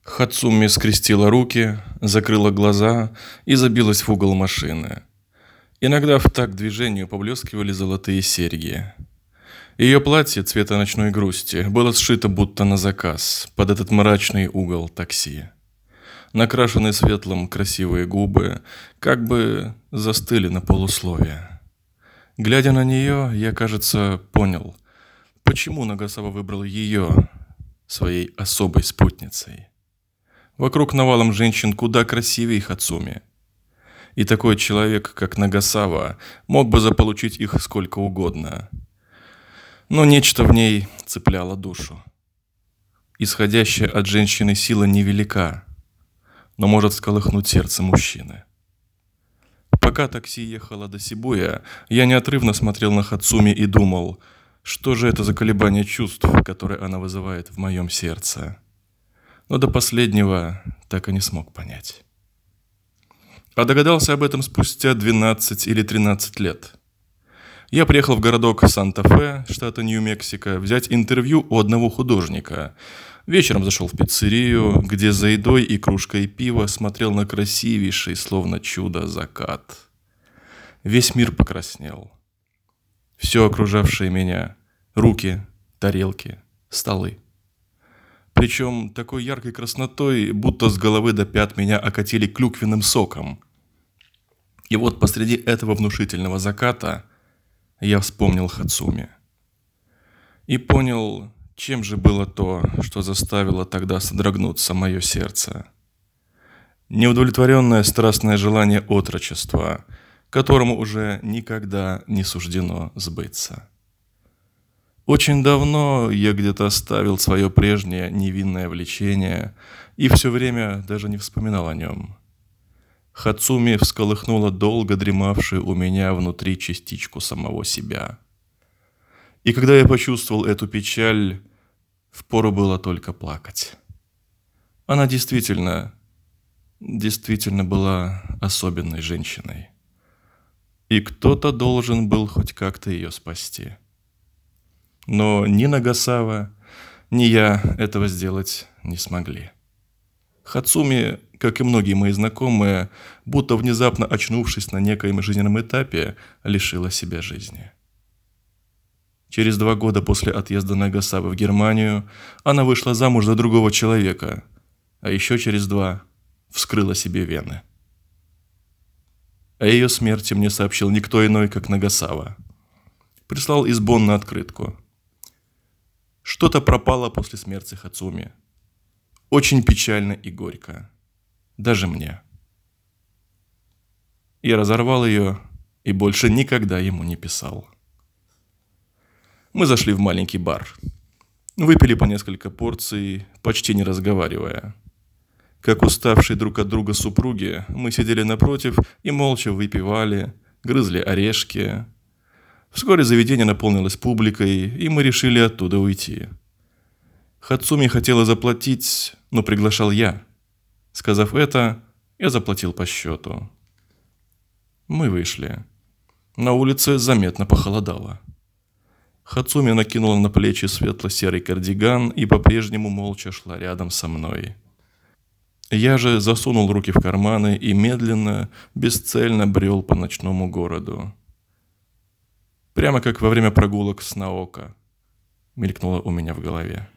Хацуми скрестила руки, закрыла глаза и забилась в угол машины. Иногда в такт движению поблескивали золотые серьги. Ее платье цвета ночной грусти было сшито будто на заказ под этот мрачный угол такси. Накрашенные светлым красивые губы как бы застыли на полусловие. Глядя на нее, я, кажется, понял, почему Нагасава выбрал ее своей особой спутницей. Вокруг навалом женщин куда красивее Хацуми. И такой человек, как Нагасава, мог бы заполучить их сколько угодно. Но нечто в ней цепляло душу. Исходящая от женщины сила невелика, но может всколыхнуть сердце мужчины. Пока такси ехало до Сибуя, я неотрывно смотрел на Хацуми и думал, что же это за колебание чувств, которые она вызывает в моем сердце. Но до последнего так и не смог понять. А догадался об этом спустя 12 или 13 лет. Я приехал в городок Санта-Фе, штата Нью-Мексико, взять интервью у одного художника. Вечером зашел в пиццерию, где за едой и кружкой пива смотрел на красивейший, словно чудо, закат. Весь мир покраснел. Все окружавшее меня – руки, тарелки, столы. Причем такой яркой краснотой, будто с головы до пят меня окатили клюквенным соком. И вот посреди этого внушительного заката я вспомнил Хацуми. И понял, чем же было то, что заставило тогда содрогнуться мое сердце. Неудовлетворенное страстное желание отрочества, которому уже никогда не суждено сбыться. Очень давно я где-то оставил свое прежнее невинное влечение и все время даже не вспоминал о нем. Хацуми всколыхнула долго дремавшую у меня внутри частичку самого себя. И когда я почувствовал эту печаль, впору было только плакать. Она действительно была особенной женщиной. И кто-то должен был хоть как-то ее спасти. Но ни Нагасава, ни я этого сделать не смогли. Хацуми, как и многие мои знакомые, будто внезапно очнувшись на некоем жизненном этапе, лишила себя жизни. Через 2 года после отъезда Нагасавы в Германию она вышла замуж за другого человека, а еще через 2 вскрыла себе вены. О ее смерти мне сообщил никто иной, как Нагасава. Прислал из Бонна открытку. Что-то пропало после смерти Хацуми. Очень печально и горько. Даже мне. Я разорвал ее и больше никогда ему не писал. Мы зашли в маленький бар. Выпили по несколько порций, почти не разговаривая. Как уставшие друг от друга супруги, мы сидели напротив и молча выпивали, грызли орешки. Вскоре заведение наполнилось публикой, и мы решили оттуда уйти. Хацуми хотела заплатить, но приглашал я. Сказав это, я заплатил по счету. Мы вышли. На улице заметно похолодало. Хацуми накинула на плечи светло-серый кардиган и по-прежнему молча шла рядом со мной. Я же засунул руки в карманы и медленно, бесцельно брел по ночному городу. Прямо как во время прогулок с Наока, мелькнуло у меня в голове.